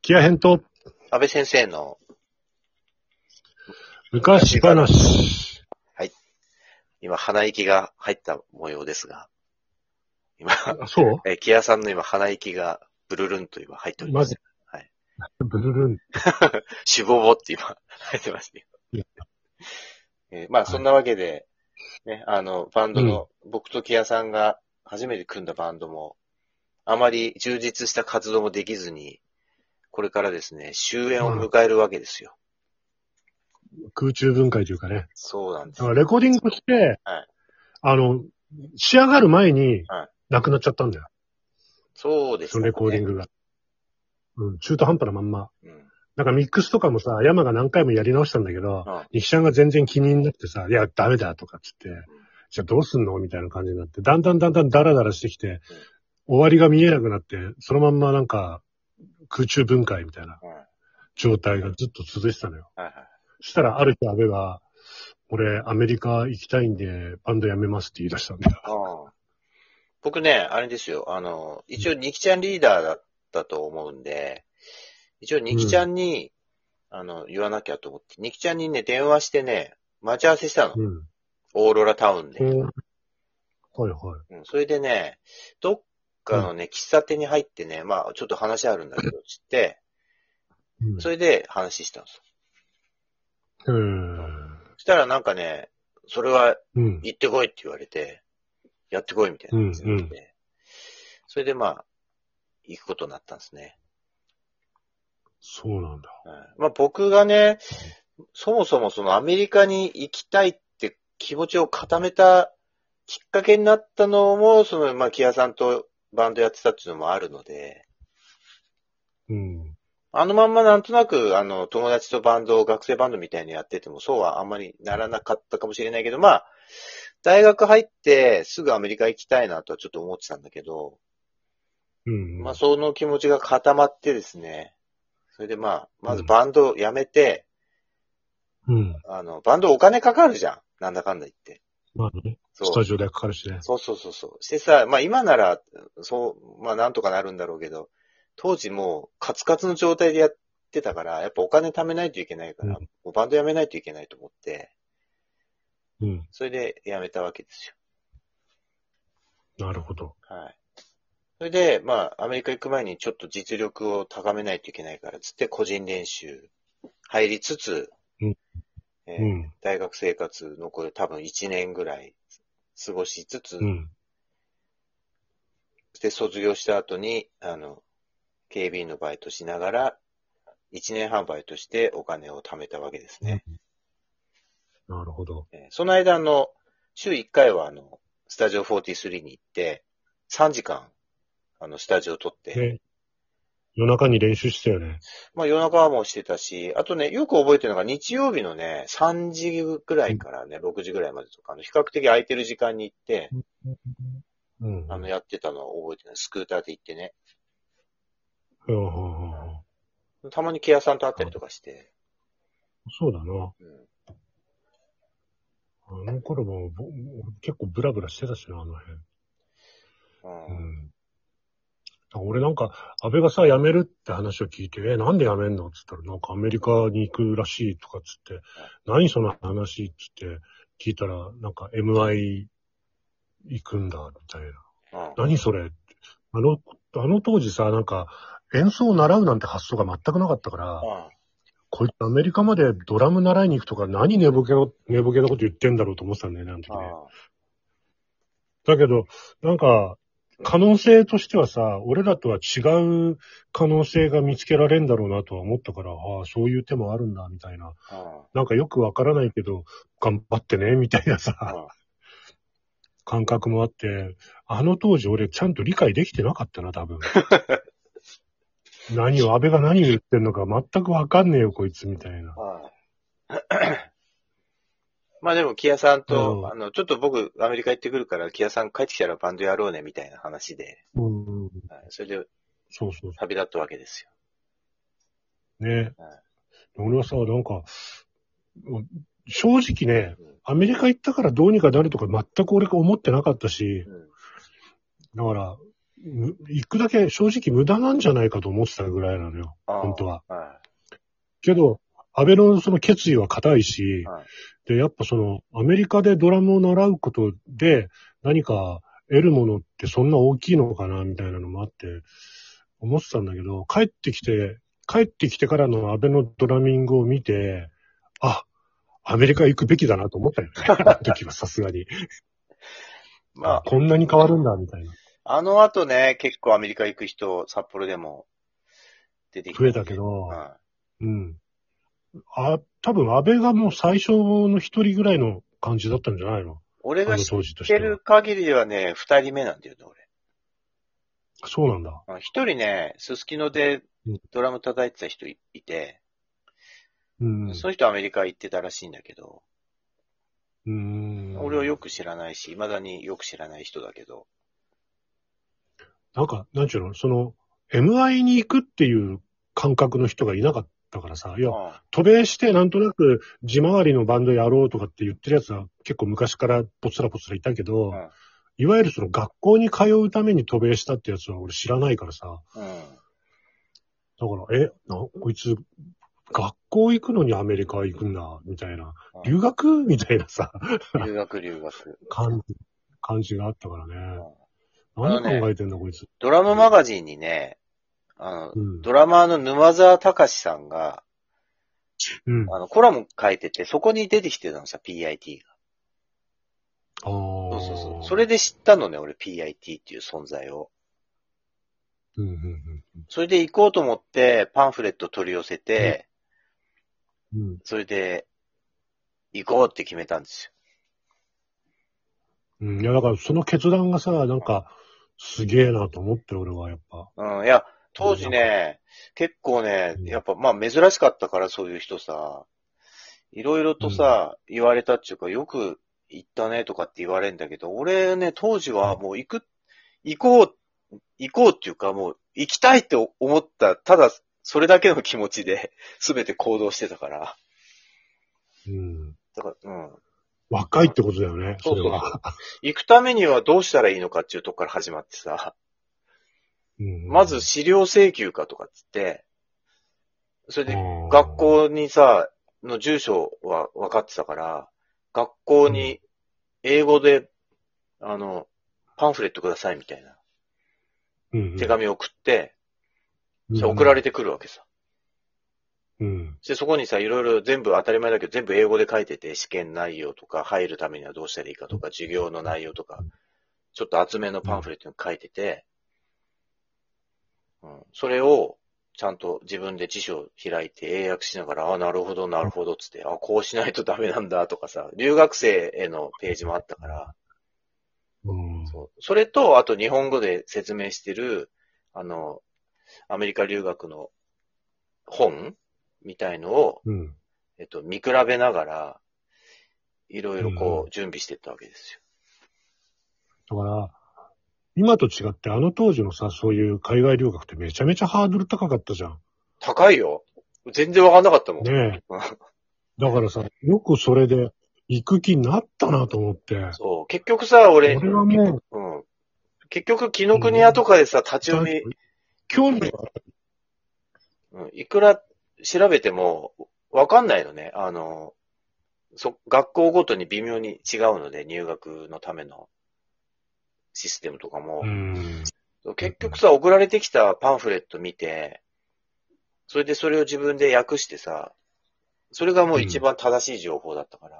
キア編と安倍先生の昔話。 はい。今、鼻息が入った模様ですが、今、 そうキアさんの今、鼻息がブルルンと今入っております。はい。 ブルルン。 しぼぼって今、入ってますね。まあ、そんなわけで、ね、バンドの、僕とキアさんが初めて組んだバンドも、あまり充実した活動もできずに、これからですね、終焉を迎えるわけですよ。 空中分解というかね。 そうなんです。 レコーディングして、 はい。 仕上がる前に、 はい。 なくなっちゃったんだよ。 そうですね。 そのレコーディングが。中途半端なまんま。 うん。 なんかミックスとかもさ、山が何回もやり直したんだけど、西ちゃんが全然気になってさ、いや、ダメだとかっつって、じゃあどうすんのみたいな感じになって、だんだんダラダラしてきて、終わりが見えなくなって、そのまんまなんか空中分解みたいな状態がずっと続いてたのよ。そしたらある日安倍が、俺アメリカ行きたいんでバンド辞めますって言い出したんだよ。 僕ね、あれですよ。一応ニキちゃんリーダーだったと思うんで、一応ニキちゃんに、言わなきゃと思って、ニキちゃんにね、電話してね、待ち合わせしたの。オーロラタウンで。 はいはい。 それでね、どっかのね、喫茶店に入ってね、まあ、ちょっと話あるんだけど、つって、それで話したんですよ。そしたらなんかね、それは、行ってこいって言われて、やってこいみたいな感じになって、それでまあ、行くことになったんですね。 そうなんだ。 まあ僕がね、そもそもそのアメリカに行きたいって気持ちを固めたきっかけになったのも、まあ、キアさんとバンドやってたっていうのもあるので、あのまんまなんとなく、友達とバンド、学生バンドみたいにやってても、そうはあんまりならなかったかもしれないけど、まあ、大学入ってすぐアメリカ行きたいなとはちょっと思ってたんだけど、まあ、その気持ちが固まってですね、それでまあ、まずバンド辞めて、バンドお金かかるじゃん。なんだかんだ言って。 まあね。スタジオでかかるしね。 そう。してさ、まあ今なら、まあなんとかなるんだろうけど、当時もうカツカツの状態でやってたから、やっぱお金貯めないといけないから、もうバンド辞めないといけないと思って、それで辞めたわけですよ。なるほど。 はい。それで、まあアメリカ行く前にちょっと実力を高めないといけないからつって個人練習入りつつ、大学生活残る多分1年ぐらい過ごしつつ、で、卒業した後に、警備員のバイトしながら、1年半バイトしてお金を貯めたわけですね。 なるほど。 その間週1回はスタジオ43に行って、3時間、スタジオ撮って。 夜中に練習してたよね。 まあ夜中もしてたし、あとね、よく覚えてるのが日曜日のね、3時ぐらいからね、6時ぐらいまでとか、比較的空いてる時間に行って、やってたのを覚えてる。スクーターで行ってね。たまにケアさんと会ったりとかして。 そうだな。あの頃も結構ブラブラしてたしな、あの辺。俺なんか、安倍がさ、辞めるって話を聞いて、なんで辞めんのって言ったら、なんかアメリカに行くらしいとかっつって、何その話っつって聞いたら、なんか MI 行くんだ、みたいな。何それって。あの当時さ、なんか、演奏を習うなんて発想が全くなかったから、こいつアメリカまでドラム習いに行くとか何寝ぼけなこと言ってんだろうと思ってたんだよね、あの時ね。だけど、なんか、可能性としてはさ、俺らとは違う可能性が見つけられるんだろうなとは思ったから、ああ、そういう手もあるんだ、みたいな。なんかよくわからないけど、頑張ってね、みたいなさ、感覚もあって、あの当時俺ちゃんと理解できてなかったな、多分。安倍が何を言ってんのか全くわかんねえよ、こいつ、みたいな。 まあでも、キアさんと、ちょっと僕、アメリカ行ってくるから、キアさん帰ってきたらバンドやろうね、みたいな話で。それで、旅立ったわけですよ。ね。俺はさ、なんか、正直ね、アメリカ行ったからどうにかなるとか全く俺が思ってなかったし、だから、 行くだけ正直無駄なんじゃないかと思ってたぐらいなのよ。本当は。 はけど、安倍のその決意は固いし、 はいで、やっぱその、アメリカでドラムを習うことで、何か得るものってそんな大きいのかな、みたいなのもあって、思ってたんだけど、帰ってきてからの安倍のドラミングを見て、あ、アメリカ行くべきだなと思ったよね。あの時はさすがに。 まあ、 こんなに変わるんだ、みたいな。 あの後ね、結構アメリカ行く人、札幌でも出てきて、 増えたけど、 はうん。多分安倍がもう最初の一人ぐらいの感じだったんじゃないの？あの俺が知っ当時としては。 てる限りではね、二人目なんだよね、 そうなんだ。 俺。一人ね、すすきのでドラム叩いてた人いて、 うん。 その人アメリカ行ってたらしいんだけど、俺はよく。 く知らないし、未だによく知らない人だけど。 なんか、なんちゅうの、その、MI に行くっていう感覚の人がいなかったからさ、いや、 あ渡米してなんとなく地回りのバンドやろうとかって言ってるやつは結構昔からポツラポツラいたけど、 あ、 いわゆるその学校に通うために渡米したってやつは俺知らないからさ、 うん。うん。 だから、こいつ、学校行くのにアメリカ行くんだ、みたいな。留学みたいなさ、 留学。 感じがあったからね。 あのね何考えてんだ、こいつ。 ドラムマガジンにね、ドラマーの沼沢隆さんが、 うん。 コラム書いてて、そこに出てきてたのさ、PIT が。 そうそう。それで知ったのね、俺 PIT っていう存在を。それで行こうと思って、パンフレット取り寄せて、それで、行こうって決めたんですよ。いや、だからその決断がさ、なんか、すげえなと思って、俺はやっぱ。 よ。いや、当時ね、結構ね、やっぱまあ珍しかったからそういう人さ、いろいろとさ、言われたっていうか、よく行ったねとかって言われるんだけど、俺ね、当時はもう行こうっていうか、もう行きたいって思った、ただそれだけの気持ちで全て行動してたから。だから、 若いってことだよね、 そうそれは。 行くためにはどうしたらいいのかっていうとこから始まってさ、まず資料請求かとかっつって、それで学校にさ、の住所は分かってたから、学校に英語で、パンフレットくださいみたいな手紙を送って、送られてくるわけさ。で、そこにさ、いろいろ全部当たり前だけど、全部英語で書いてて、試験内容とか、入るためにはどうしたらいいかとか、授業の内容とか、ちょっと厚めのパンフレットに書いてて、それを、ちゃんと自分で辞書を開いて英訳しながら、なるほど、つって、こうしないとダメなんだとかさ、留学生へのページもあったから、それと、あと日本語で説明してる、アメリカ留学の本みたいのを、見比べながら、いろいろこう準備していったわけですよ。だから、今と違ってあの当時のさ、そういう海外留学ってめちゃめちゃハードル高かったじゃん。 高いよ。全然わかんなかったもん。 ねえ。だからさ、よくそれで行く気になったなと思って。 そう。結局さ、俺はもう、結局、紀ノ国屋とかでさ、立ち読み、 興味は、 いくら調べてもわかんないのね。学校ごとに微妙に違うので、入学のためのシステムとかも。結局さ、送られてきたパンフレット見て、それを自分で訳してさ、それがもう一番正しい情報だったから。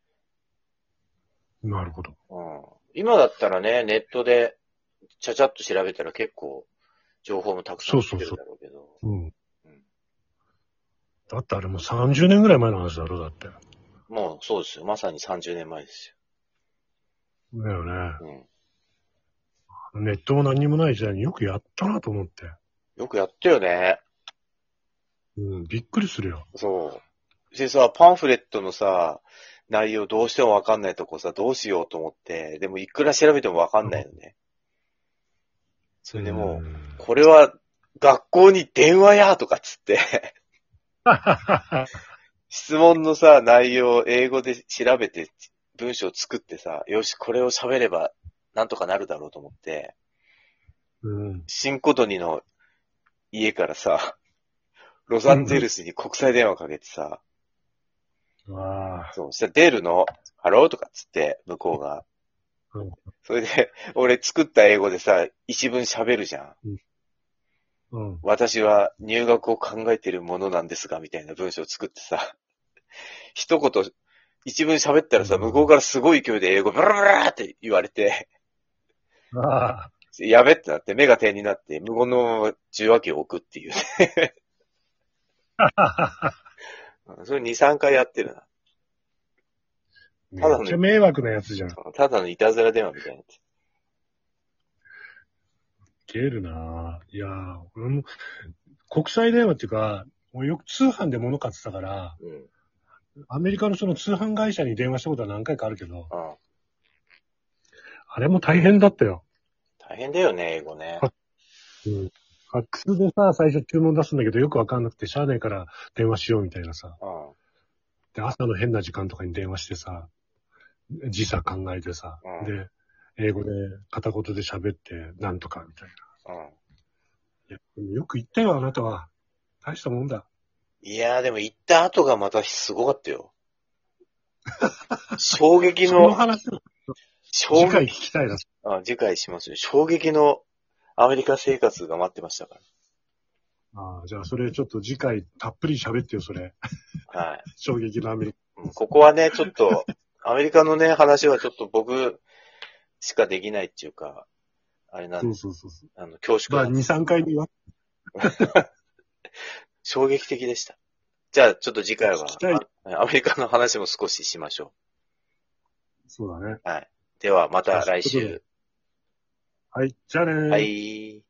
なるほど。 今だったらね、ネットでちゃちゃっと調べたら結構情報もたくさん出てるだろうけど。 だってあれもう30年ぐらい前の話だろ、だって。 もうそうですよ。まさに30年前ですよ。だよね。ネットも何にもない時代によくやったなと思って。 よくやったよね。 びっくりするよ。 そう。でさ、パンフレットのさ、内容どうしてもわかんないとこさ、どうしようと思って、でもいくら調べてもわかんないよね。それでもう、これは学校に電話やとかっつって質問のさ、内容を英語で調べて文章を作ってさ、よし、これを喋ればなんとかなるだろうと思って、 うん。 新コトニの家からさ、ロサンゼルスに国際電話かけてさ、 ああ。 そう、したら出るの、ハローとかっつって、向こうが。 うん。 それで、俺作った英語でさ、一文喋るじゃん。 うん。 私は入学を考えているものなんですが、みたいな文章を作ってさ、一言、一文喋ったらさ、向こうからすごい勢いで英語ブラブラーって言われて、 ああ。 やべってなって、目が点になって、無言のまま受話器を置くっていう。それ2、3回やってるな。 めっちゃ迷惑なやつじゃん。 ただのいたずら電話みたいなやつ。 ゲるなぁ。いやー、俺も、国際電話っていうか、俺よく通販で物買ってたから、 うん。 アメリカのその通販会社に電話したことは何回かあるけど、 うん。 あれも大変だったよ。 大変だよね、英語ね。 うん。ファックスでさ、最初注文出すんだけど、よくわかんなくて、しゃあねえから電話しようみたいなさ。 うん。 で、朝の変な時間とかに電話してさ、時差考えてさ、 うん。 で、英語で片言で喋って、なんとかみたいな。 うん。 いや、よく言ったよ、あなたは。大したもんだ。 いやーでも行った後がまたすごかったよ。衝撃そのの、 話を次衝撃、 回聞きたいな。 次回しますよ。衝撃のアメリカ生活が待ってましたかああ、じゃあそれちょっと次回たっぷり喋ってよ、それ。 ら。はい。 衝撃のアメリカ。 ここはね、ちょっと、アメリカのね、話はちょっと僕しかできないっていうか、あれなんそうで、 そうそうそう。 恐縮まあ、2、 なんです。 3回には衝撃的でした。じゃあ、ちょっと次回は、 聞きたい。 アメリカの話も少ししましょそうだね。 う。はい。では、まじゃあ、 たそういうことで。 来週。 はい、じゃあねはー。 い。